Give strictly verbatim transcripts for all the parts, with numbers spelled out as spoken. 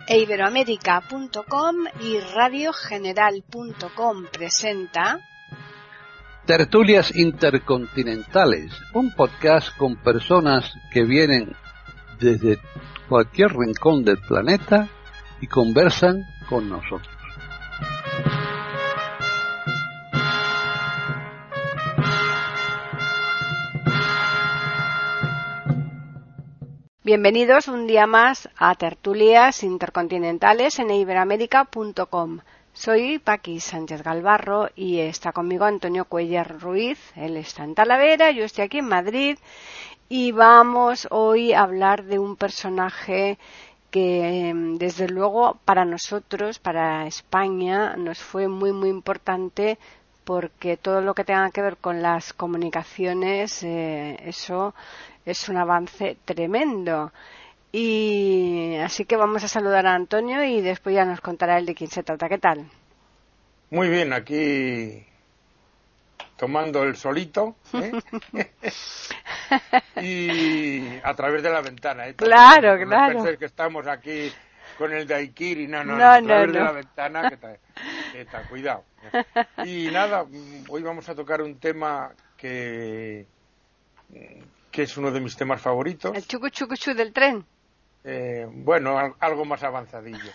iberoamérica punto com y radio general punto com presenta Tertulias Intercontinentales, un podcast con personas que vienen desde cualquier rincón del planeta y conversan con nosotros. Bienvenidos un día más a Tertulias Intercontinentales en iberoamérica punto com. Soy Paqui Sánchez Galvarro y está conmigo Antonio Cuellar Ruiz. Él está en Talavera, yo estoy aquí en Madrid y vamos hoy a hablar de un personaje que desde luego para nosotros, para España, nos fue muy muy importante porque todo lo que tenga que ver con las comunicaciones, eh, eso es un avance tremendo. Y así que vamos a saludar a Antonio y después ya nos contará él de quién se trata. ¿Qué tal? Muy bien, aquí tomando el solito, ¿eh? Y a través de la ventana, ¿eh? Claro, no claro. No penséis que estamos aquí con el daiquiri, no, no, no, no, a no través no. de la ventana, que está, que está, cuidado. Y nada, hoy vamos a tocar un tema que, que es uno de mis temas favoritos. El chucu chucu chu del tren. Eh, bueno, algo más avanzadillo.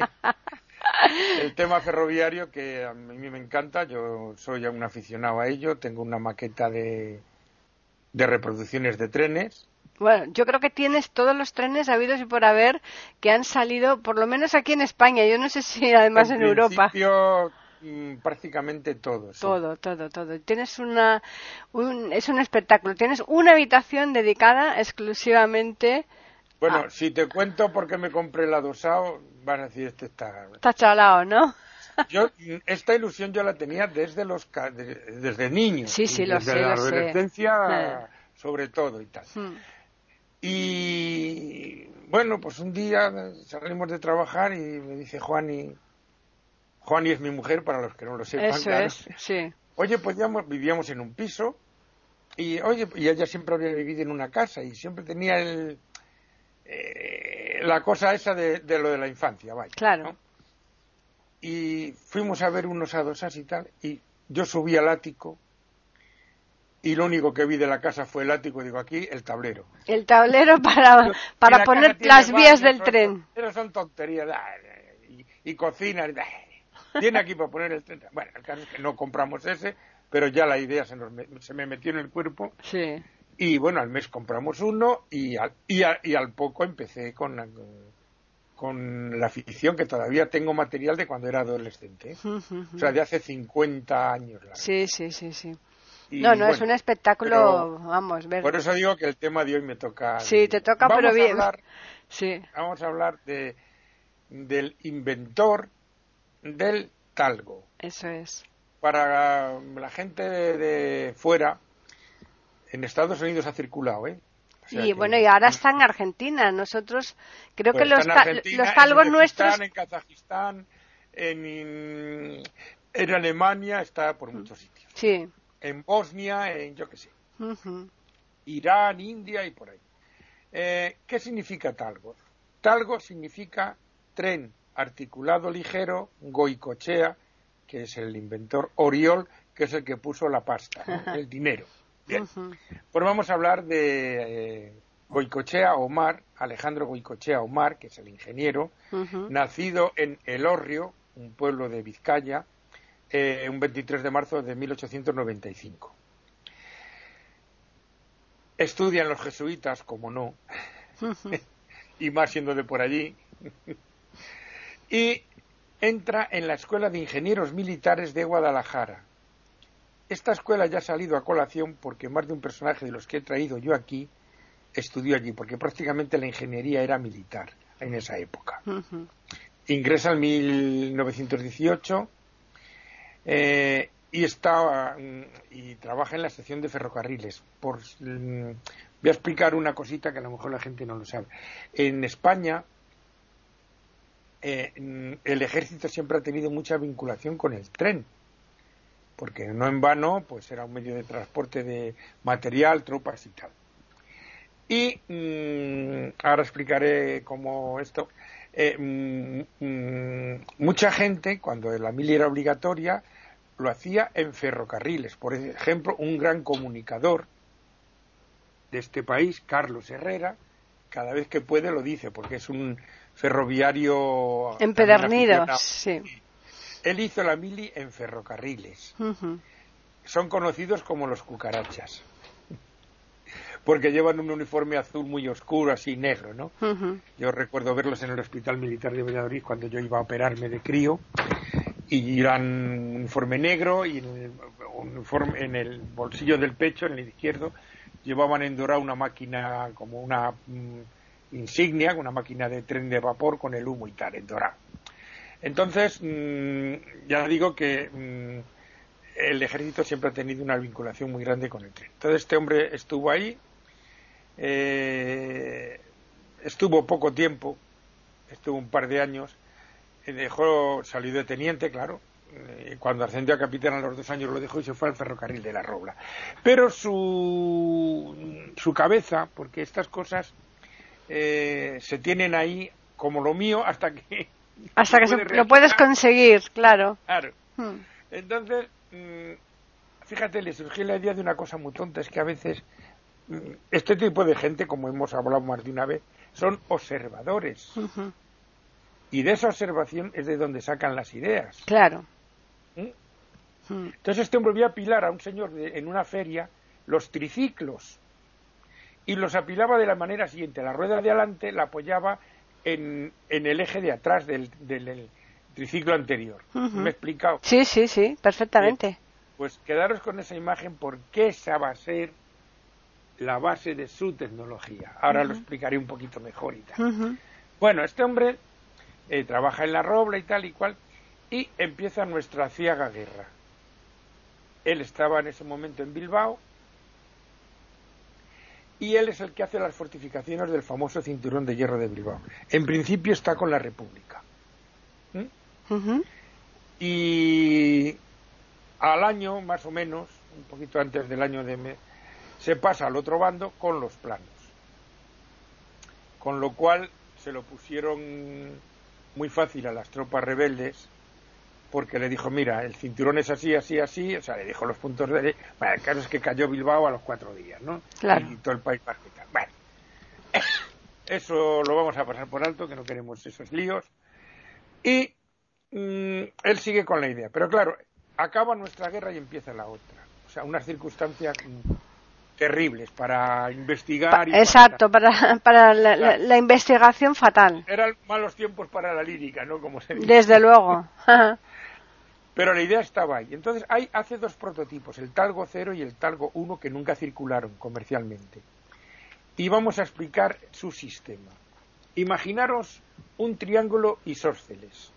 El tema ferroviario, que a mí me encanta, yo soy un aficionado a ello, tengo una maqueta de, de reproducciones de trenes. Bueno, yo creo que tienes todos los trenes habidos y por haber que han salido, por lo menos aquí en España, yo no sé si además en, en Europa. Mmm, prácticamente todo. Sí. Todo, todo, todo. Tienes una, un, es un espectáculo, tienes una habitación dedicada exclusivamente. Bueno, ah. si te cuento por qué me compré el adosado, vas a decir, este está... Está chalado, ¿no? Yo, esta ilusión yo la tenía desde los desde niño. Sí, sí, desde lo sé, la lo adolescencia, sé. sobre todo y tal. Hmm. Y, bueno, pues un día salimos de trabajar y me dice Juani, Juani es mi mujer, para los que no lo sepan. Eso claro. es, sí. Oye, pues ya vivíamos en un piso y, oye, y ella siempre había vivido en una casa y siempre tenía el... Eh, la cosa esa de, de lo de la infancia, vaya. Claro. ¿No? Y fuimos a ver unos adosas y tal, y yo subí al ático, y lo único que vi de la casa fue el ático, y digo, aquí el tablero. El tablero para, para poner las vías del tren. Pero son tonterías, y, y cocina, tiene aquí para poner el tren. Bueno, el caso es que no compramos ese, pero ya la idea se, nos, se me metió en el cuerpo. Sí. Y bueno, al mes compramos uno y al, y al, y al poco empecé con, con la afición, que todavía tengo material de cuando era adolescente. Uh -huh. O sea, de hace cincuenta años. La sí, sí, sí, sí. Y, no, no, bueno, es un espectáculo, vamos, ver. Por eso digo que el tema de hoy me toca. Sí, te toca, vamos pero bien. A hablar, sí. Vamos a hablar de del inventor del talgo. Eso es. Para la gente de, de fuera, en Estados Unidos ha circulado, ¿eh? O sea y que, bueno, y ahora está en Argentina. Nosotros, creo pues que los, en Argentina, los talgos en nuestros. En Kazajistán, en, en Alemania, está por muchos sitios. Sí. En Bosnia, en yo qué sé. Uh-huh. Irán, India y por ahí. Eh, ¿Qué significa talgo? Talgo significa tren articulado ligero, Goicoechea, que es el inventor, Oriol, que es el que puso la pasta, ¿no? El dinero. Bien. Uh-huh. Pues vamos a hablar de eh, Goicoechea Omar, Alejandro Goicoechea Omar, que es el ingeniero, uh-huh. nacido en Elorrio, un pueblo de Vizcaya, eh, un veintitrés de marzo de mil ochocientos noventa y cinco. Estudia en los jesuitas, como no, uh-huh. y más siendo de por allí, y entra en la Escuela de Ingenieros Militares de Guadalajara. Esta escuela ya ha salido a colación porque más de un personaje de los que he traído yo aquí estudió allí, porque prácticamente la ingeniería era militar en esa época. Uh-huh. Ingresa en mil novecientos dieciocho eh, y está y trabaja en la sección de ferrocarriles. Por, voy a explicar una cosita que a lo mejor la gente no lo sabe. En España eh, el ejército siempre ha tenido mucha vinculación con el tren, porque no en vano pues era un medio de transporte de material, tropas y tal. Y mmm, ahora explicaré cómo esto. eh, mm, mm, mucha gente, cuando la mili era obligatoria, lo hacía en ferrocarriles. Por ejemplo, un gran comunicador de este país, Carlos Herrera, cada vez que puede lo dice, porque es un ferroviario empedernido, sí. Él hizo la mili en ferrocarriles. Uh-huh. Son conocidos como los cucarachas, porque llevan un uniforme azul muy oscuro, así negro, ¿no? Uh-huh. Yo recuerdo verlos en el Hospital Militar de Valladolid cuando yo iba a operarme de crío, y eran un uniforme negro, y en el, uniforme, en el bolsillo del pecho, en el izquierdo, llevaban en dorado una máquina, como una mm, insignia, una máquina de tren de vapor con el humo y tal, en dorado. Entonces, mmm, ya digo que mmm, el ejército siempre ha tenido una vinculación muy grande con el tren. Entonces este hombre estuvo ahí, eh, estuvo poco tiempo, estuvo un par de años, dejó, salió de teniente, claro, eh, cuando ascendió a capitán a los dos años lo dejó y se fue al ferrocarril de la Robla. Pero su, su cabeza, porque estas cosas eh, se tienen ahí como lo mío hasta que... Hasta que se, lo puedes conseguir, claro. Claro. Hmm. Entonces, mmm, fíjate, le surgió la idea de una cosa muy tonta, es que a veces mmm, este tipo de gente, como hemos hablado más de una vez, son observadores. Uh-huh. Y de esa observación es de donde sacan las ideas. Claro. ¿Mm? Hmm. Entonces este hombre vio apilar a un señor de, en una feria los triciclos y los apilaba de la manera siguiente. La rueda de adelante la apoyaba En, en el eje de atrás del, del, del triciclo anterior. Uh-huh. ¿Me he explicado? Sí, sí, sí, perfectamente. Bien, pues quedaros con esa imagen porque esa va a ser la base de su tecnología. Ahora uh-huh. lo explicaré un poquito mejor y tal. Uh-huh. Bueno, este hombre eh, trabaja en la Robla y tal y cual, y empieza nuestra aciaga guerra. Él estaba en ese momento en Bilbao, y él es el que hace las fortificaciones del famoso cinturón de hierro de Bilbao. En principio está con la República. ¿Mm? Uh-huh. Y al año, más o menos, un poquito antes del año de... Me, se pasa al otro bando con los planos. Con lo cual se lo pusieron muy fácil a las tropas rebeldes, porque le dijo, mira, el cinturón es así, así, así, o sea, le dijo los puntos de... Bueno, el caso es que cayó Bilbao a los cuatro días, ¿no? Claro. Y todo el país más que tal. Bueno, eso lo vamos a pasar por alto, que no queremos esos líos. Y mmm, él sigue con la idea. Pero claro, acaba nuestra guerra y empieza la otra. O sea, unas circunstancias mmm, terribles para investigar. Pa- y exacto, para, para, para la, claro. la, la investigación fatal. Eran malos tiempos para la lírica, ¿no? Como se dice. Desde luego. Pero la idea estaba ahí. Entonces, hay, hace dos prototipos, el Talgo cero y el Talgo uno, que nunca circularon comercialmente. Y vamos a explicar su sistema. Imaginaros un triángulo isósceles.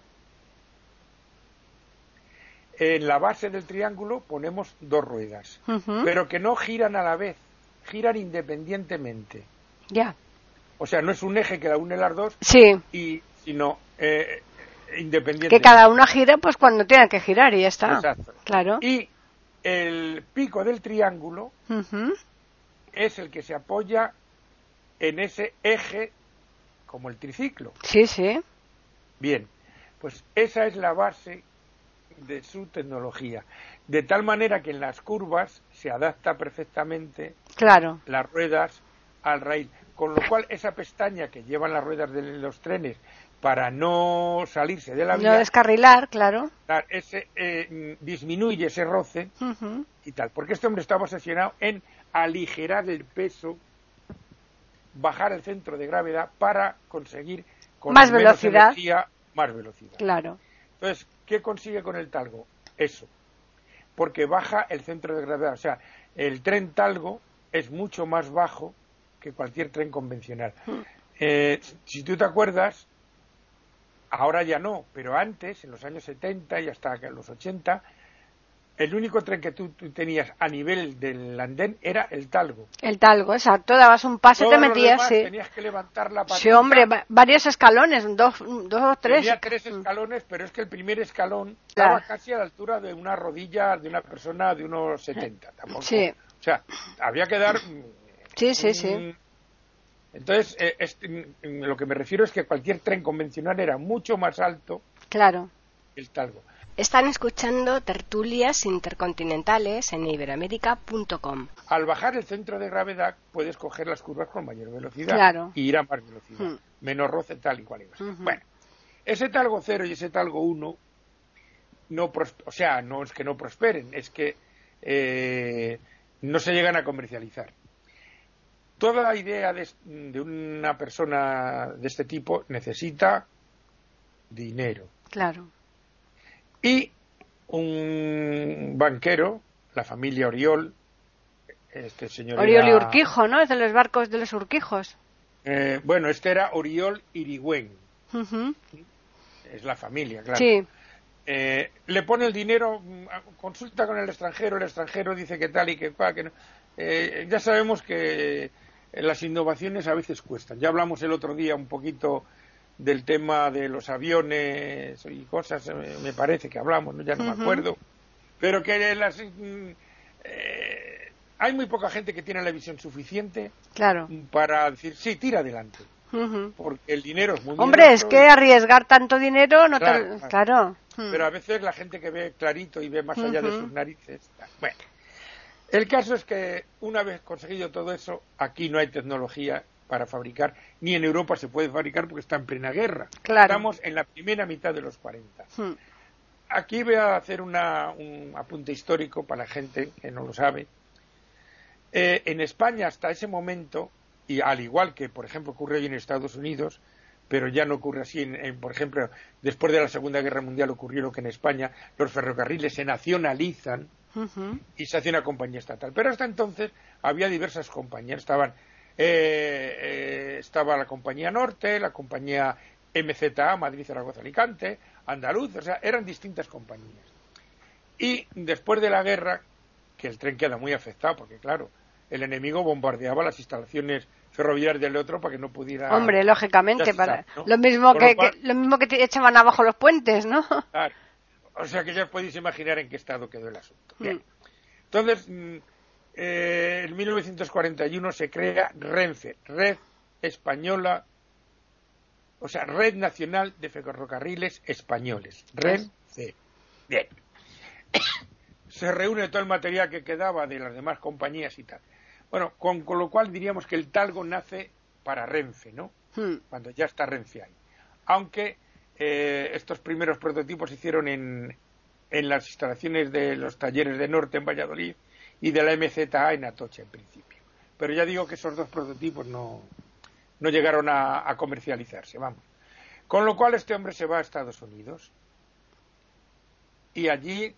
En la base del triángulo ponemos dos ruedas, uh-huh. pero que no giran a la vez, giran independientemente. Ya. O sea, no es un eje que la une las dos, sí. y, sino... Eh, independiente. Que cada una gira pues cuando tenga que girar y ya está. Exacto. Claro. Y el pico del triángulo uh-huh. es el que se apoya en ese eje como el triciclo. Sí, sí. Bien, pues esa es la base de su tecnología. De tal manera que en las curvas se adapta perfectamente claro. las ruedas al raíl. Con lo cual esa pestaña que llevan las ruedas de los trenes para no salirse de la vía, no descarrilar, claro, ese, eh, disminuye ese roce uh-huh. y tal, porque este hombre estaba obsesionado en aligerar el peso, bajar el centro de gravedad para conseguir con más velocidad, energía, más velocidad. Claro. Entonces, ¿qué consigue con el Talgo? Eso, porque baja el centro de gravedad, o sea, el tren Talgo es mucho más bajo que cualquier tren convencional. Uh-huh. Eh, si tú te acuerdas, ahora ya no, pero antes, en los años setenta y hasta los ochenta, el único tren que tú, tú tenías a nivel del andén era el Talgo. El Talgo, exacto, dabas un paso y te metías, sí. Tenías que levantar la patita. Sí, hombre, va- varios escalones, dos, dos o tres. Tenía tres escalones, pero es que el primer escalón estaba claro. casi a la altura de una rodilla de una persona de unos setenta. Tampoco. Sí. O sea, había que dar sí, sí, un, sí. Entonces, eh, este, lo que me refiero es que cualquier tren convencional era mucho más alto. Claro. Que el talgo. Están escuchando tertulias intercontinentales en iberoamérica punto com. Al bajar el centro de gravedad puedes coger las curvas con mayor velocidad. Claro. Y ir a más velocidad. Hmm. Menos roce, tal y cual. Uh-huh. Bueno, ese talgo cero y ese talgo uno, no prosper, o sea, no es que no prosperen, es que eh, no se llegan a comercializar. Toda la idea de, de una persona de este tipo necesita dinero. Claro. Y un banquero, la familia Oriol, este señor Oriol era, y Urquijo, ¿no? Es de los barcos de los Urquijos. Eh, bueno, este era Oriol Irigüen. Uh-huh. Es la familia, claro. Sí. Eh, le pone el dinero, consulta con el extranjero, el extranjero dice que tal y que cual, que no. Eh, ya sabemos que las innovaciones a veces cuestan. Ya hablamos el otro día un poquito del tema de los aviones y cosas, me parece que hablamos, ¿no? Ya no uh-huh. me acuerdo. Pero que las... Eh, hay muy poca gente que tiene la visión suficiente claro. para decir, sí, tira adelante. Uh-huh. Porque el dinero es muy Hombre, es que y... arriesgar tanto dinero no claro, te... claro. claro. Pero a veces la gente que ve clarito y ve más allá uh-huh. de sus narices... Bueno, el caso es que una vez conseguido todo eso, aquí no hay tecnología para fabricar, ni en Europa se puede fabricar porque está en plena guerra. Claro. Estamos en la primera mitad de los cuarenta. Uh-huh. Aquí voy a hacer una, un apunte histórico para la gente que no lo sabe. Eh, en España hasta ese momento, y al igual que por ejemplo ocurre hoy en Estados Unidos, pero ya no ocurre así, en, en, por ejemplo, después de la Segunda Guerra Mundial ocurrió lo que en España los ferrocarriles se nacionalizan uh-huh. y se hace una compañía estatal. Pero hasta entonces había diversas compañías, estaban eh, eh, estaba la compañía Norte, la compañía M Z A, Madrid, Zaragoza, Alicante, Andaluz, o sea, eran distintas compañías. Y después de la guerra, que el tren queda muy afectado, porque claro, el enemigo bombardeaba las instalaciones ferroviarias del otro para que no pudiera... Hombre, lógicamente, está, para ¿no? lo mismo que, lo, cual... que lo mismo que te echaban abajo los puentes, ¿no? Claro. O sea que ya os podéis imaginar en qué estado quedó el asunto. Bien. Mm. Entonces, eh, en mil novecientos cuarenta y uno se crea Renfe, Red Española, o sea, Red Nacional de Ferrocarriles Españoles, Renfe. Bien. Se reúne todo el material que quedaba de las demás compañías y tal. Bueno, con, con lo cual diríamos que el talgo nace para Renfe, ¿no? Hmm. Cuando ya está Renfe ahí. Aunque eh, estos primeros prototipos se hicieron en, en las instalaciones de los talleres de Norte en Valladolid y de la M Z A en Atocha en principio. Pero ya digo que esos dos prototipos no, no llegaron a, a comercializarse, vamos. Con lo cual este hombre se va a Estados Unidos y allí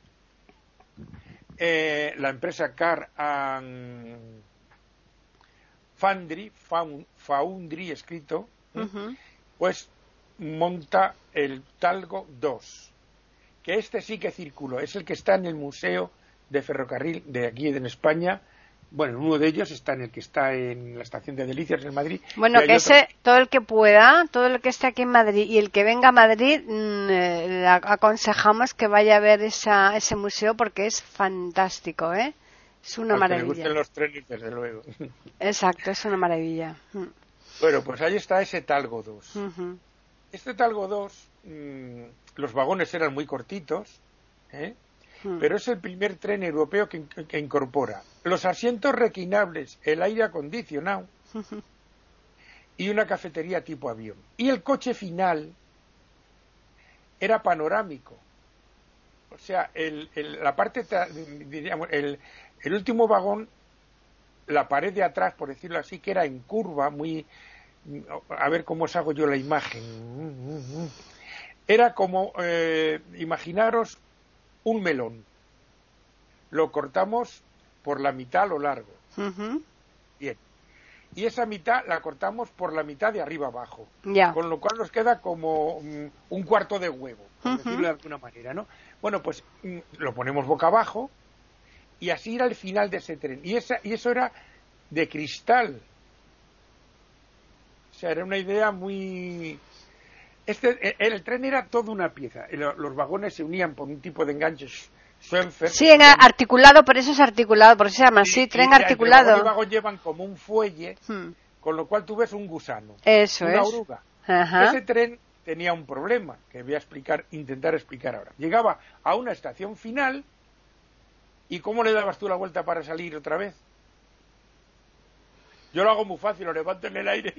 eh, la empresa Car and Foundry, Foundry escrito, uh-huh. pues monta el Talgo dos, que este sí que circuló, es el que está en el Museo de Ferrocarril de aquí en España. Bueno, uno de ellos está en el que está en la estación de Delicias en Madrid. Bueno, que ese, otro... todo el que pueda, todo el que esté aquí en Madrid y el que venga a Madrid, mmm, le aconsejamos que vaya a ver esa, ese museo porque es fantástico, ¿eh? Es una maravilla. Que le gusten los trenes, desde luego. Exacto, es una maravilla. Bueno, pues ahí está ese Talgo dos. Uh-huh. Este Talgo dos, mmm, los vagones eran muy cortitos, ¿eh? Uh-huh. Pero es el primer tren europeo que, que incorpora los asientos reclinables, el aire acondicionado uh-huh. y una cafetería tipo avión. Y el coche final era panorámico. O sea, el, el, la parte, diríamos, el, el último vagón, la pared de atrás, por decirlo así, que era en curva, muy... A ver cómo os hago yo la imagen. Era como, eh, imaginaros un melón. Lo cortamos por la mitad a lo largo. Uh-huh. Bien. Y esa mitad la cortamos por la mitad de arriba abajo. Yeah. Con lo cual nos queda como um, un cuarto de huevo, por uh-huh. decirlo de alguna manera, ¿no? Bueno, pues um, lo ponemos boca abajo y así era el final de ese tren. Y, esa, y eso era de cristal. O sea, era una idea muy... Este, el, el tren era toda una pieza. Los vagones se unían por un tipo de enganches Schwenfer. Sí, en articulado, por eso es articulado, por eso se llama así, tren y, articulado. Los vagón llevan como un fuelle hmm. con lo cual tú ves un gusano, Eso una es. oruga. Ajá. Ese tren tenía un problema, que voy a explicar, intentar explicar ahora. Llegaba a una estación final, ¿y cómo le dabas tú la vuelta para salir otra vez? Yo lo hago muy fácil, lo levanto en el aire.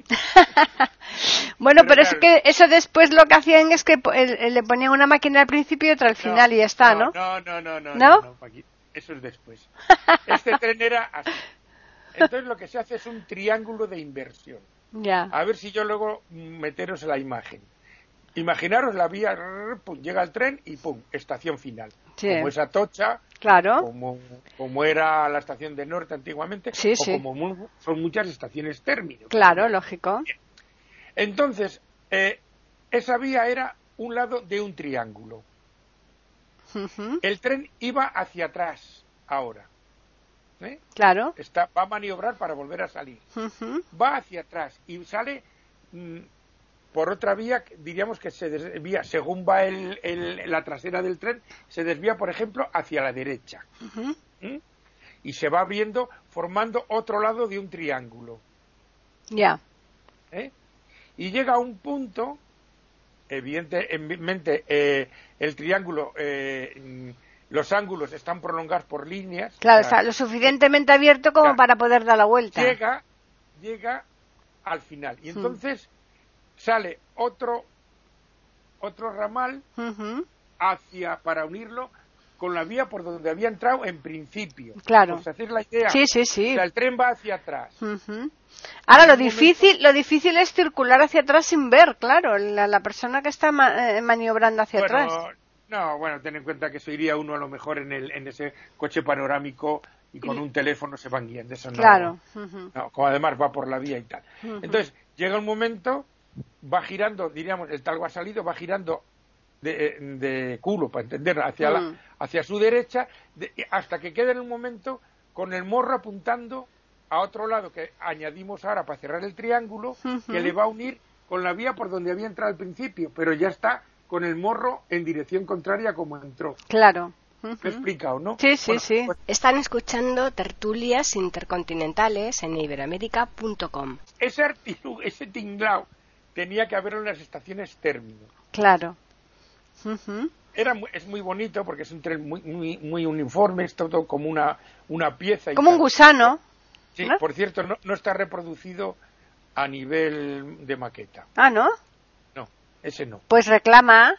Bueno, pero, pero es claro, que eso después lo que hacían es que le ponían una máquina al principio y otra al final no, y ya está, ¿no? No, no, no, no, ¿No? no, no, Paqui, eso es después. Este tren era así. Entonces lo que se hace es un triángulo de inversión. Ya. A ver si yo luego meteros en la imagen. Imaginaros la vía, pum, llega el tren y pum, estación final. Sí. Como es Atocha, Claro. como, como era la estación de Norte antiguamente, Sí, o sí. como mu- son muchas estaciones término. Claro, lógico. Entonces, eh, esa vía era un lado de un triángulo. Uh-huh. El tren iba hacia atrás ahora. ¿eh? Claro. Está, va a maniobrar para volver a salir. Uh-huh. Va hacia atrás y sale mmm, por otra vía, diríamos que se desvía, según va el, el, la trasera del tren, se desvía, por ejemplo, hacia la derecha. Uh-huh. ¿Mm? Y se va abriendo, formando otro lado de un triángulo. Ya. ¿eh? Y llega a un punto, evidentemente, eh, el triángulo, eh, los ángulos están prolongados por líneas. Claro, o sea, está lo suficientemente abierto como claro, para poder dar la vuelta. Llega, llega al final. Y entonces hmm. sale otro, otro ramal uh-huh. hacia, para unirlo con la vía por donde había entrado en principio. Claro. ¿Os hacéis la idea? Sí, sí, sí. O sea, el tren va hacia atrás. Uh-huh. Ahora, lo difícil, momento... lo difícil es circular hacia atrás sin ver, claro, la, la persona que está ma- eh, maniobrando hacia bueno, atrás. No, bueno, ten en cuenta que eso iría uno a lo mejor en, el, en ese coche panorámico y con y... un teléfono se van guiando. Eso no, claro. Uh-huh. No, como además va por la vía y tal. Uh-huh. Entonces, llega un momento, va girando, diríamos, el talgo ha salido, va girando de, de culo, para entenderlo, hacia, uh-huh. la, hacia su derecha, de, hasta que queda en un momento con el morro apuntando a otro lado que añadimos ahora para cerrar el triángulo, uh-huh. que le va a unir con la vía por donde había entrado al principio, pero ya está con el morro en dirección contraria como entró. Claro. Uh-huh. ¿Me he explicado, no? Sí, sí, bueno, sí. Pues... Están escuchando tertulias intercontinentales en iberoamérica punto com. Ese artilugio, ese tinglao, tenía que haberlo en las estaciones término. Claro. Uh-huh. Era muy, es muy bonito porque es un tren muy muy, muy uniforme, es todo como una, una pieza. Y como tal. Un gusano. Sí, ¿no? Por cierto, no, no está reproducido a nivel de maqueta. Ah, ¿no? No, ese no. Pues reclama.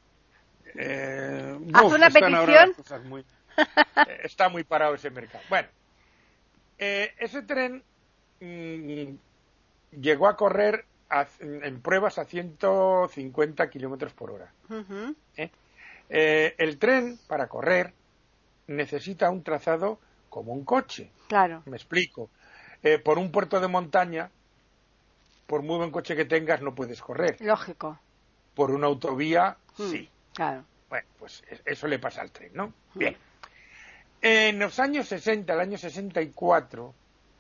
Eh, Haz uf, una petición. Muy, eh, está muy parado ese mercado. Bueno, eh, ese tren mmm, llegó a correr a, en pruebas a ciento cincuenta kilómetros por hora. Uh-huh. ¿Eh? Eh, el tren, para correr, necesita un trazado como un coche. Claro. Me explico. Eh, por un puerto de montaña, por muy buen coche que tengas, no puedes correr. Lógico. Por una autovía, mm, sí. Claro. Bueno, pues eso le pasa al tren, ¿no? Mm. Bien. En los años sesenta, el año sesenta y cuatro,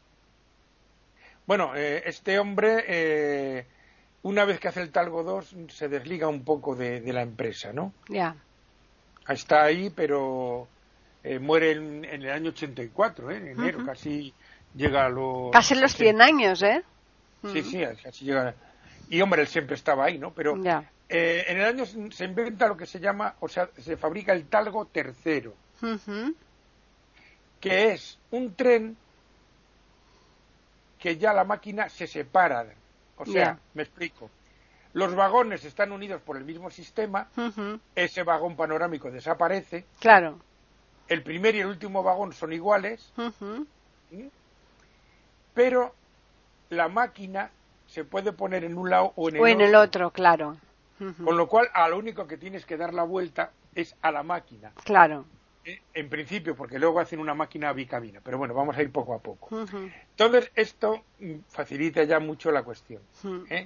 bueno, eh, este hombre, eh, una vez que hace el Talgo dos, se desliga un poco de, de la empresa, ¿no? Ya. Yeah. Está ahí, pero eh, muere en, en el año ochenta y cuatro, ¿eh? En enero, uh-huh. casi llega a los... Casi los cien años, ¿eh? Sí, uh-huh. sí, casi llega... Y, hombre, él siempre estaba ahí, ¿no? Pero yeah. eh, en el año se inventa lo que se llama, o sea, se fabrica el Talgo tercero, uh-huh. que es un tren que ya la máquina se separa. O sea, yeah. me explico. Los vagones están unidos por el mismo sistema, uh-huh. ese vagón panorámico desaparece. Claro. El primer y el último vagón son iguales, uh-huh. ¿sí? Pero la máquina se puede poner en un lado o en el, o en otro. el otro, claro. Uh-huh. Con lo cual, a lo único que tienes que dar la vuelta es a la máquina. Claro. En principio, porque luego hacen una máquina bicabina, pero bueno, vamos a ir poco a poco. Uh-huh. Entonces, esto facilita ya mucho la cuestión. Uh-huh. ¿eh?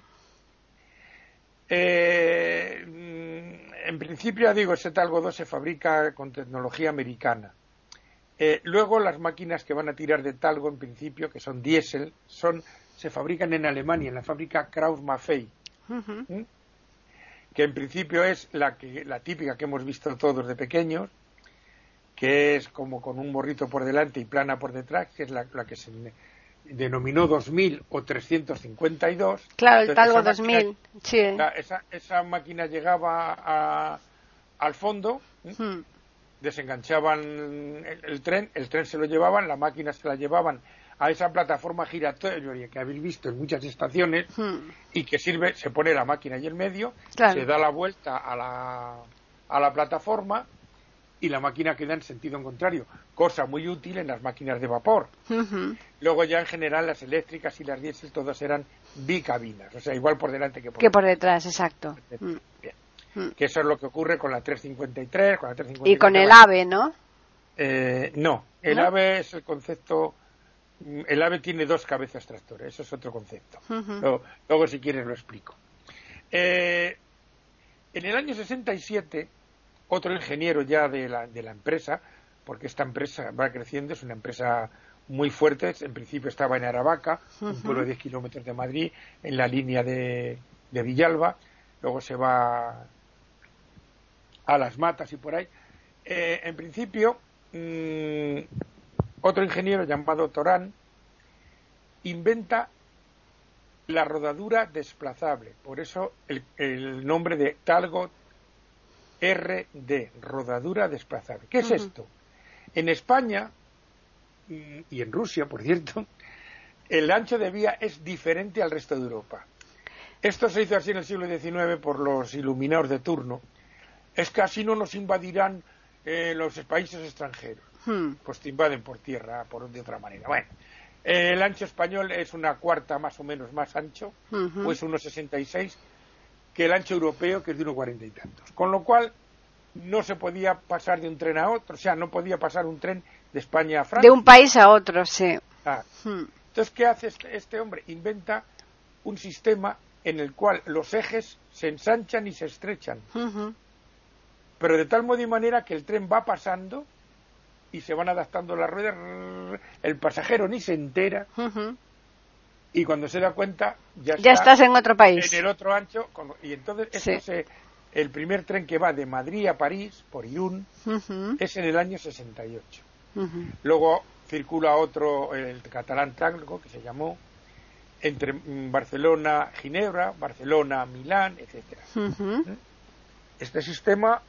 Eh, en principio, ya digo, ese Talgo dos se fabrica con tecnología americana. Eh, luego, las máquinas que van a tirar de talgo, en principio, que son diésel, son, se fabrican en Alemania, en la fábrica Krauss-Maffei. Uh-huh. ¿Mm? Que en principio es la, que, la típica que hemos visto todos de pequeños, que es como con un morrito por delante y plana por detrás, que es la, la que se denominó dos mil o trescientos cincuenta y dos. Claro, el Entonces, Talgo esa dos mil, máquina, sí. la, esa, esa máquina llegaba a, al fondo, ¿eh? Hmm. Desenganchaban el, el tren, el tren se lo llevaban, la máquina se la llevaban a esa plataforma giratoria que habéis visto en muchas estaciones Hmm. y que sirve, se pone la máquina ahí en medio, Claro. se da la vuelta a la, a la plataforma y la máquina queda en sentido contrario, cosa muy útil en las máquinas de vapor. Uh-huh. Luego ya en general las eléctricas y las diésel todas eran bicabinas, o sea, igual por delante que por Que detrás. por detrás, exacto. Bien. Mm. Que eso es lo que ocurre con la trescientos cincuenta y tres, con la trescientos cincuenta y cuatro. Y con el AVE, ¿no? Eh, no, el ¿No? AVE es el concepto. El AVE tiene dos cabezas tractoras, eso es otro concepto. Uh-huh. Luego, luego, si quieres, lo explico. Eh, en el año sesenta y siete, otro ingeniero ya de la, de la empresa, porque esta empresa va creciendo, es una empresa muy fuerte, en principio estaba en Aravaca, uh-huh. un pueblo de diez kilómetros de Madrid, en la línea de, de Villalba, luego se va a Las Matas y por ahí. Eh, en principio, mmm, otro ingeniero llamado Torán inventa la rodadura desplazable, por eso el, el nombre de Talgo R D, rodadura desplazable. ¿Qué es uh-huh. esto? En España y en Rusia, por cierto, el ancho de vía es diferente al resto de Europa. Esto se hizo así en el siglo diecinueve por los iluminados de turno. Es que así no nos invadirán eh, los países extranjeros. Hmm. Pues te invaden por tierra, por de otra manera. Bueno, eh, el ancho español es una cuarta más o menos más ancho, uh-huh. pues uno sesenta y seis, que el ancho europeo, que es de uno cuarenta y tantos. Con lo cual, no se podía pasar de un tren a otro, o sea, no podía pasar un tren de España a Francia. De un país a otro, sí. Ah. Hmm. Entonces, ¿qué hace este, este hombre? Inventa un sistema en el cual los ejes se ensanchan y se estrechan. Uh-huh. Pero de tal modo y manera que el tren va pasando y se van adaptando las ruedas, el pasajero ni se entera, uh-huh. y cuando se da cuenta ya, ya está estás en otro país, en el otro ancho, y entonces sí. esto se, el primer tren que va de Madrid a París por Irún uh-huh. es en el año sesenta y ocho. Uh-huh. Luego circula otro, el catalán Talgo, que se llamó, entre Barcelona Ginebra, Barcelona Milán, etcétera. Uh-huh. Este sistema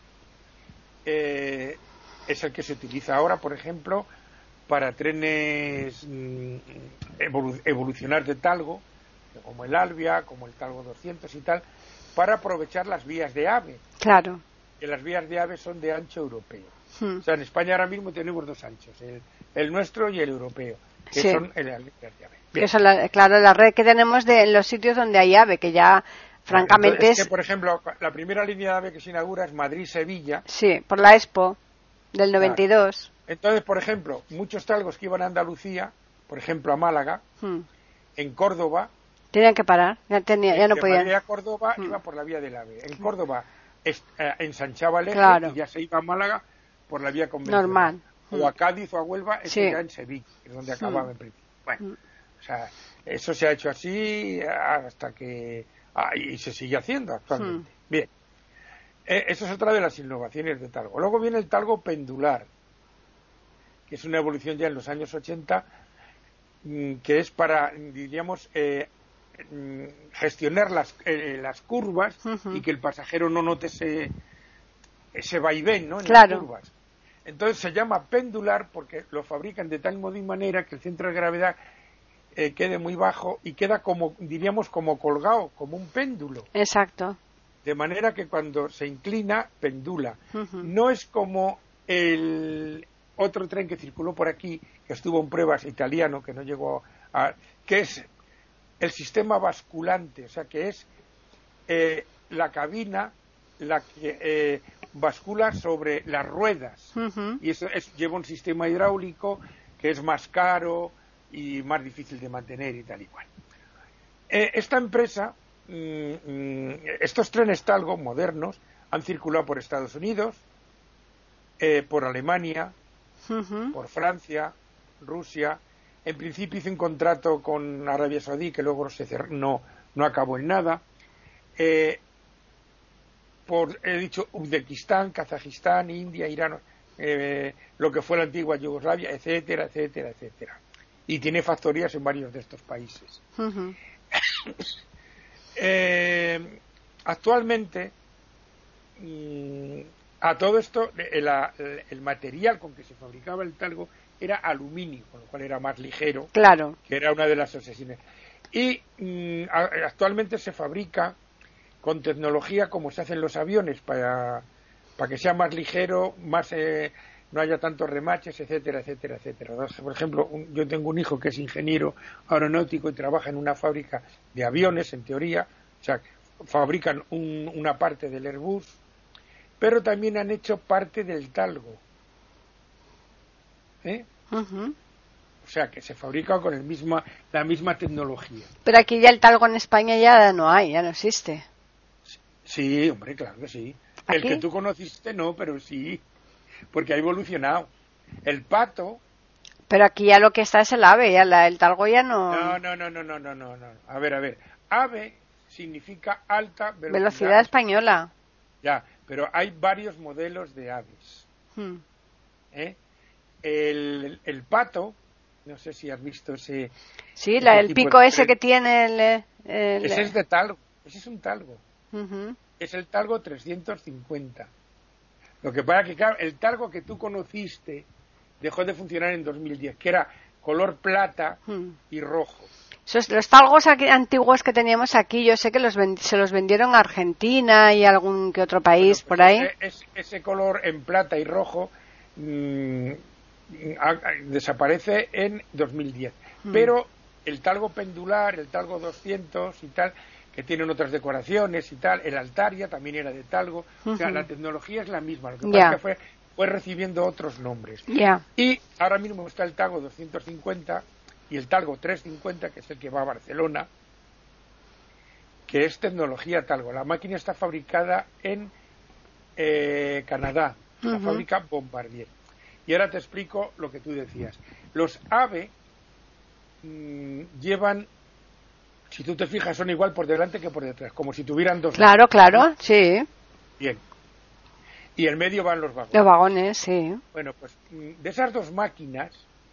eh, es el que se utiliza ahora, por ejemplo, para trenes mm, evolu- evolucionar de Talgo, como el Albia, como el Talgo doscientos y tal, para aprovechar las vías de AVE. Claro. Que las vías de AVE son de ancho europeo. Hmm. O sea, en España ahora mismo tenemos dos anchos, el, el nuestro y el europeo, que sí. son el, las vías de AVE. Que son la, claro, la red que tenemos de en los sitios donde hay AVE, que ya francamente Entonces, es... es que, por ejemplo, la primera línea de AVE que se inaugura es Madrid-Sevilla. Sí, por la Expo del noventa y dos. Claro. Entonces, por ejemplo, muchos talgos que iban a Andalucía, por ejemplo a Málaga, hmm. en Córdoba... Tenían que parar, ya, tenía, ya no de podían. Madrid a Córdoba hmm. iba por la vía del AVE. En Córdoba es, eh, ensanchaba el eje claro. y ya se iba a Málaga por la vía convencional. Normal. O a Cádiz o a Huelva, eso sí. ya en Sevilla, que es donde acababa hmm. en principio. Bueno, hmm. o sea, eso se ha hecho así hasta que... Ah, y se sigue haciendo actualmente. Hmm. Bien. Eh, eso es otra de las innovaciones de Talgo. Luego viene el Talgo pendular, que es una evolución ya en los años ochenta, mmm, que es para, diríamos, eh, mmm, gestionar las, eh, las curvas uh-huh. y que el pasajero no note ese, ese vaivén, ¿no? En claro. las curvas. Entonces se llama pendular porque lo fabrican de tal modo y manera que el centro de gravedad eh, quede muy bajo y queda como, diríamos, como colgado, como un péndulo. Exacto. De manera que cuando se inclina, pendula. Uh-huh. No es como el otro tren que circuló por aquí, que estuvo en pruebas, italiano, que no llegó a... que es el sistema basculante, o sea, que es eh, la cabina la que eh, bascula sobre las ruedas. Uh-huh. Y eso es, lleva un sistema hidráulico que es más caro y más difícil de mantener y tal y cual. Eh, esta empresa... estos trenes Talgo modernos han circulado por Estados Unidos, eh, por Alemania, uh-huh. por Francia, Rusia. En principio hizo un contrato con Arabia Saudí que luego se cerró, no, no acabó en nada. Eh, por, he dicho, Uzbekistán, Kazajistán, India, Irán, eh, lo que fue la antigua Yugoslavia, etcétera, etcétera, etcétera. y tiene factorías en varios de estos países. Uh-huh. eh, actualmente, mmm, a todo esto, el, el, el material con que se fabricaba el talgo era aluminio, con lo cual era más ligero, claro, que era una de las obsesiones. Y mmm, a, actualmente se fabrica con tecnología como se hacen los aviones, para, para que sea más ligero, más eh, no haya tantos remaches, etcétera, etcétera, etcétera. Por ejemplo, un, yo tengo un hijo que es ingeniero aeronáutico y trabaja en una fábrica de aviones, en teoría, o sea, fabrican un, una parte del Airbus, pero también han hecho parte del talgo. ¿Eh? Uh-huh. O sea, que se fabrica con el misma, la misma tecnología. Pero aquí ya el talgo en España ya no hay, ya no existe. Sí, hombre, claro que sí. ¿Aquí? El que tú conociste no, pero sí, porque ha evolucionado. El pato... Pero aquí ya lo que está es el ave, ya la, el talgo ya no... No, no, no, no, no, no, no, no. A ver, a ver. Ave significa alta velocidad. Velocidad española. Ya, pero hay varios modelos de aves. Hmm. ¿Eh? El, el pato, no sé si has visto ese... Sí, ese la, el tipo pico de ese tren. que tiene el... el Ese es de talgo, ese es un talgo. uh-huh. Es el talgo trescientos cincuenta. Lo que pasa que, claro, el talgo que tú conociste dejó de funcionar en dos mil diez, que era color plata hmm. y rojo. Esos, los talgos aquí, antiguos que teníamos aquí, yo sé que los ven, se los vendieron a Argentina y a algún que otro país Bueno, pues por ahí. Ese, ese, ese color en plata y rojo mmm, a, a, desaparece en dos mil diez. Hmm. Pero el talgo pendular, el talgo doscientos y tal, que tienen otras decoraciones y tal, el Altaria también era de talgo, uh-huh. O sea, la tecnología es la misma, lo que pasa yeah. es que fue, fue recibiendo otros nombres. Yeah. Y ahora mismo está el talgo doscientos cincuenta y el talgo trescientos cincuenta, que es el que va a Barcelona, que es tecnología talgo. La máquina está fabricada en eh, Canadá, la uh-huh. fábrica Bombardier. Y ahora te explico lo que tú decías. Los AVE mmm, llevan, si tú te fijas, son igual por delante que por detrás, como si tuvieran dos. Claro, lados. Claro, sí. Bien. Y en medio van los vagones. Los vagones, sí. Bueno, pues de esas dos máquinas,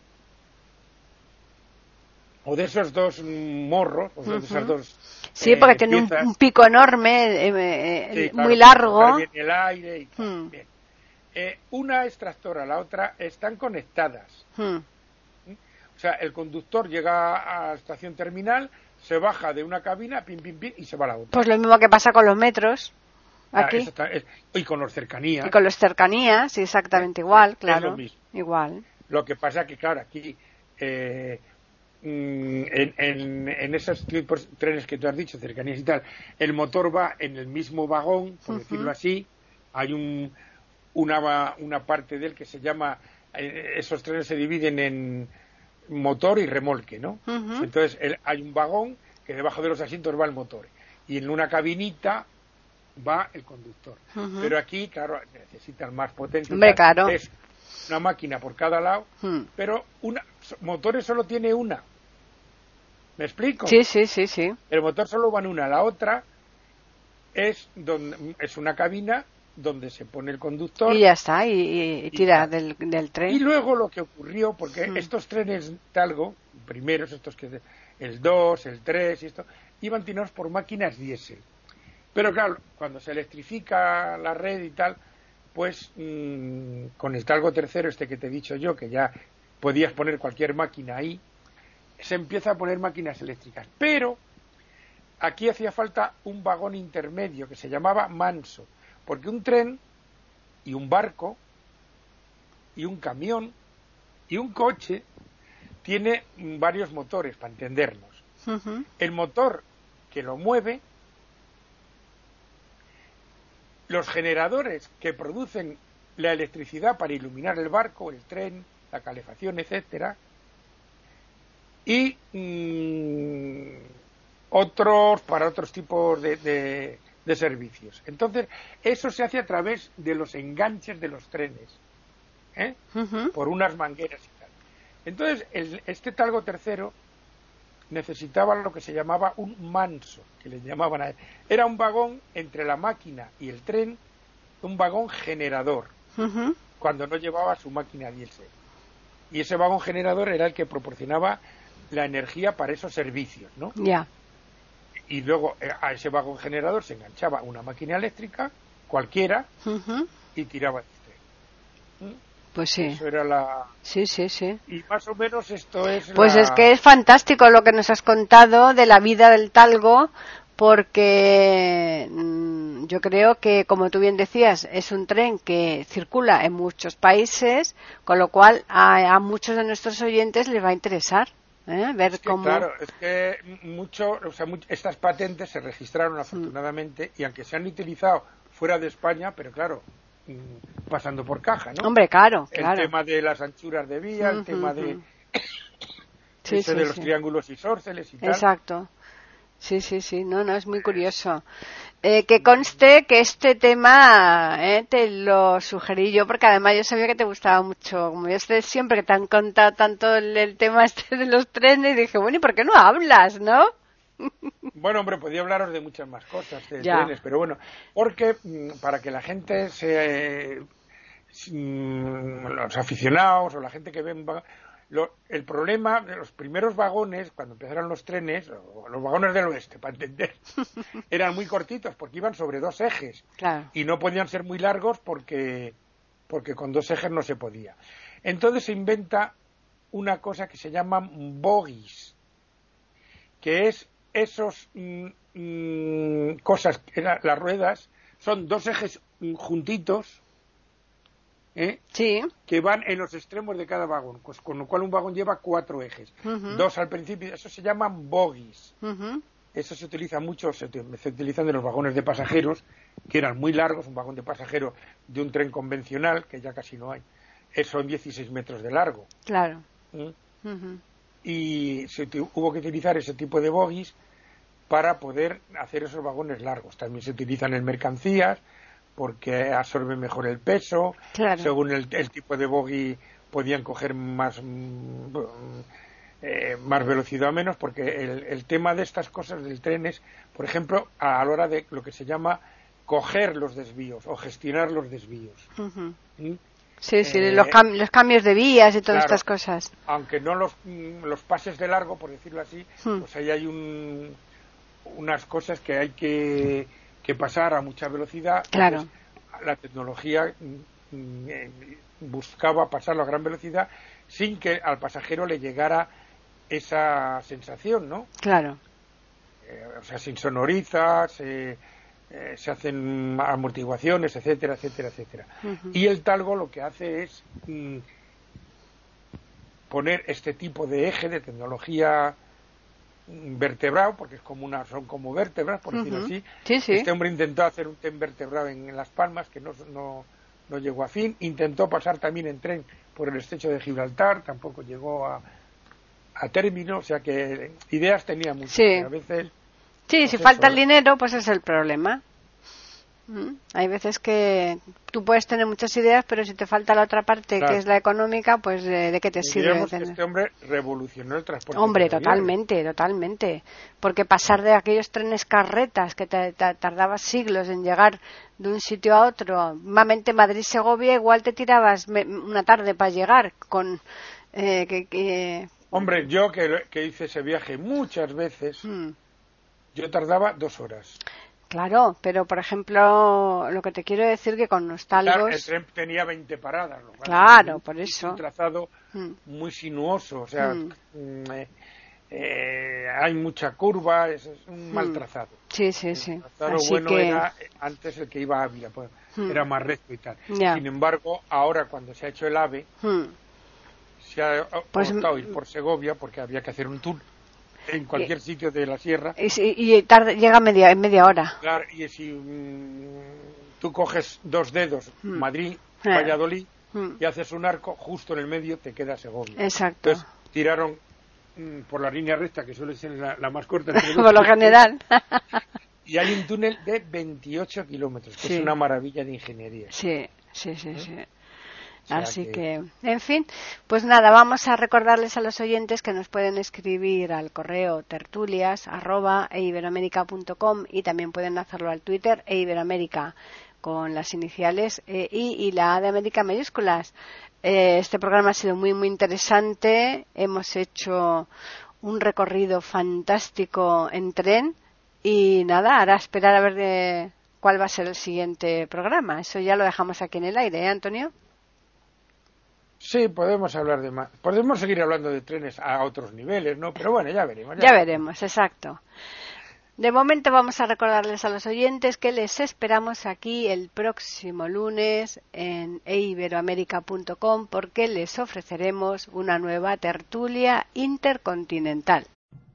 o de esos dos morros, o uh-huh. de esas dos... Sí, eh, porque tiene un, un pico enorme, eh, eh, sí, claro, muy largo. Viene el aire y tal. Hmm. Bien. Eh, una es tractora, la otra están conectadas. Hmm. O sea, el conductor llega a la estación terminal, se baja de una cabina, pim, pim, pim, y se va a la otra. Pues lo mismo que pasa con los metros. Aquí. Ah, está, es, y con los cercanías. Y con los cercanías, sí, exactamente es, igual, claro. Es lo mismo. Igual. Lo que pasa que, claro, aquí... Eh, En, en, en esos tipos de trenes que tú has dicho, cercanías y tal, el motor va en el mismo vagón, por uh-huh. decirlo así. Hay un, una, una parte de él que se llama, eh, esos trenes se dividen en motor y remolque, ¿no? Uh-huh. Entonces el, hay un vagón que debajo de los asientos va el motor y en una cabinita va el conductor. Uh-huh. Pero aquí, claro, necesitan más potencia. Hombre, claro. Es una máquina por cada lado, uh-huh. pero una, motores solo tiene una. ¿Me explico? Sí, sí, sí, sí. El motor solo va en una, la otra es donde es una cabina donde se pone el conductor. Y ya está, y, y, y tira y del, del tren. Y luego lo que ocurrió, porque mm. estos trenes talgo, primeros, estos que el dos, el tres y esto, iban tirados por máquinas diésel. Pero claro, cuando se electrifica la red y tal, pues mmm, con el talgo tercero, este que te he dicho yo, que ya podías poner cualquier máquina ahí, se empieza a poner máquinas eléctricas. Pero aquí hacía falta un vagón intermedio que se llamaba manso, porque un tren y un barco y un camión y un coche tiene varios motores, para entendernos. Uh-huh. El motor que lo mueve, los generadores que producen la electricidad para iluminar el barco, el tren, la calefacción, etcétera, y mmm, otros para otros tipos de, de, de servicios. Entonces, eso se hace a través de los enganches de los trenes, ¿eh? Uh-huh. Por unas mangueras y tal. Entonces, el, este talgo tercero necesitaba lo que se llamaba un manso, que le llamaban a él. Era un vagón entre la máquina y el tren, un vagón generador, uh-huh. cuando no llevaba su máquina diésel. y ese vagón generador era el que proporcionaba la energía para esos servicios, ¿no? Ya. Yeah. Y luego a ese vagón generador se enganchaba una máquina eléctrica, cualquiera, uh-huh. y tiraba el tren. ¿Mm? Pues sí. Eso era la... Sí, sí, sí. Y más o menos esto es Pues la... es que es fantástico lo que nos has contado de la vida del talgo, porque mmm, yo creo que, como tú bien decías, es un tren que circula en muchos países, con lo cual a, a muchos de nuestros oyentes les va a interesar. ¿Eh? Ver es que, cómo... Claro, es que mucho, o sea, much, estas patentes se registraron afortunadamente mm. y aunque se han utilizado fuera de España, pero claro, mmm, pasando por caja, ¿no? Hombre, claro, el claro. tema de las anchuras de vía, mm-hmm. el tema de, sí, ese sí, de los sí. triángulos isósceles y tal. Exacto. Sí, sí, sí, no, no, es muy curioso. Eh, que conste que este tema eh, te lo sugerí yo, porque además yo sabía que te gustaba mucho, como yo sé siempre que te han contado tanto el, el tema este de los trenes, y dije, bueno, ¿y por qué no hablas, no? Bueno, hombre, podía hablaros de muchas más cosas, de ya. trenes, pero bueno, porque para que la gente se... los aficionados o la gente que ven... Lo, el problema de los primeros vagones, cuando empezaron los trenes, o los vagones del oeste, para entender, eran muy cortitos porque iban sobre dos ejes. Claro. Y no podían ser muy largos porque, porque con dos ejes no se podía. Entonces se inventa una cosa que se llama bogies, que es esos mmm, mmm, cosas, era, las ruedas, son dos ejes juntitos, ¿Eh? Sí. que van en los extremos de cada vagón, pues, con lo cual un vagón lleva cuatro ejes, uh-huh. dos al principio, eso se llaman bogies. Uh-huh. Eso se utiliza mucho, se, se utilizan de los vagones de pasajeros, que eran muy largos, un vagón de pasajero de un tren convencional, que ya casi no hay, son dieciséis metros de largo. Claro. ¿Mm? Uh-huh. Y se hubo que utilizar ese tipo de bogies para poder hacer esos vagones largos. También se utilizan en mercancías, porque absorbe mejor el peso, claro. según el, el tipo de bogie podían coger más eh, más velocidad o menos, porque el, el tema de estas cosas del tren es, por ejemplo, a la hora de lo que se llama coger los desvíos o gestionar los desvíos. Uh-huh. ¿Mm? Sí, sí, eh, los, cam- los cambios de vías y todas claro, estas cosas. Aunque no los, los pases de largo, por decirlo así, uh-huh. pues ahí hay un, unas cosas que hay que que pasar a mucha velocidad. Claro. Entonces, la tecnología mm, eh, buscaba pasarlo a gran velocidad sin que al pasajero le llegara esa sensación, ¿no? Claro. Eh, o sea, se insonoriza, se, eh, se hacen amortiguaciones, etcétera, etcétera, etcétera. Uh-huh. Y el talgo lo que hace es mm, poner este tipo de eje de tecnología vertebrado, porque es como una, son como vértebras, por uh-huh. decirlo así. Sí, sí. Este hombre intentó hacer un tren vertebrado en, en Las Palmas, que no, no, no llegó a fin. Intentó pasar también en tren por el estrecho de Gibraltar, tampoco llegó a, a término, o sea que ideas tenía muchas. Sí, a veces, sí pues si eso, falta el dinero, pues es el problema. ¿Mm? Hay veces que tú puedes tener muchas ideas, pero si te falta la otra parte, claro. que es la económica, pues ¿de, de qué te sirve? Digamos que este hombre revolucionó el transporte. Hombre, totalmente, totalmente. Porque pasar de aquellos trenes carretas que te, te tardabas siglos en llegar de un sitio a otro, malamente Madrid-Segovia, igual te tirabas me, una tarde para llegar con... Eh, que, que... Hombre, yo que, que hice ese viaje muchas veces, hmm. yo tardaba dos horas. Claro, pero por ejemplo, lo que te quiero decir que con los talgos... Claro, el tren tenía veinte paradas. ¿no? Claro, un, por eso. Un trazado mm. muy sinuoso, o sea, mm. eh, eh, hay mucha curva, es, es un mm. mal trazado. Sí, sí, sí. El trazado Así bueno que... era antes el que iba a Ávila, pues, mm. era más recto y tal. Ya. Sin embargo, ahora cuando se ha hecho el AVE, mm. se ha pues, optado ir por Segovia porque había que hacer un tour en cualquier y, sitio de la sierra y, y tarda, llega media, en media hora. Claro, y si mmm, tú coges dos dedos, mm. Madrid, eh. Valladolid, mm. y haces un arco, justo en el medio te queda Segovia. Exacto. Entonces tiraron mmm, por la línea recta, que suele ser la, la más corta por lo general. Y hay un túnel de veintiocho kilómetros, que sí. es una maravilla de ingeniería. Sí, sí, sí, ¿Eh? sí. O sea Así que... que, en fin, pues nada, vamos a recordarles a los oyentes que nos pueden escribir al correo tertulias arroba eiberoamerica punto com y también pueden hacerlo al Twitter eiberoamerica con las iniciales E I y la A de América mayúsculas. Eh, este programa ha sido muy, muy interesante. Hemos hecho un recorrido fantástico en tren y nada, ahora esperar a ver de cuál va a ser el siguiente programa. Eso ya lo dejamos aquí en el aire, ¿eh, Antonio? Sí, podemos hablar de más. Podemos seguir hablando de trenes a otros niveles, ¿no? Pero bueno, ya veremos. Ya, ya veremos, exacto. De momento vamos a recordarles a los oyentes que les esperamos aquí el próximo lunes en e iberoamerica punto com porque les ofreceremos una nueva tertulia intercontinental.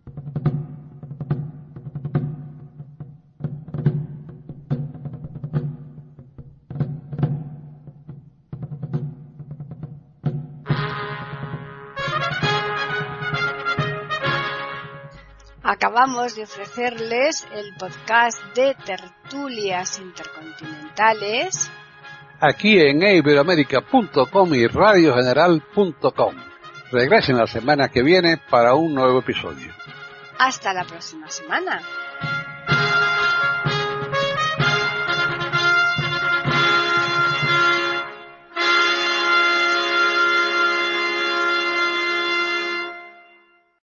Acabamos de ofrecerles el podcast de tertulias intercontinentales aquí en e iberoamerica punto com y radio general punto com. Regresen la semana que viene para un nuevo episodio. Hasta la próxima semana.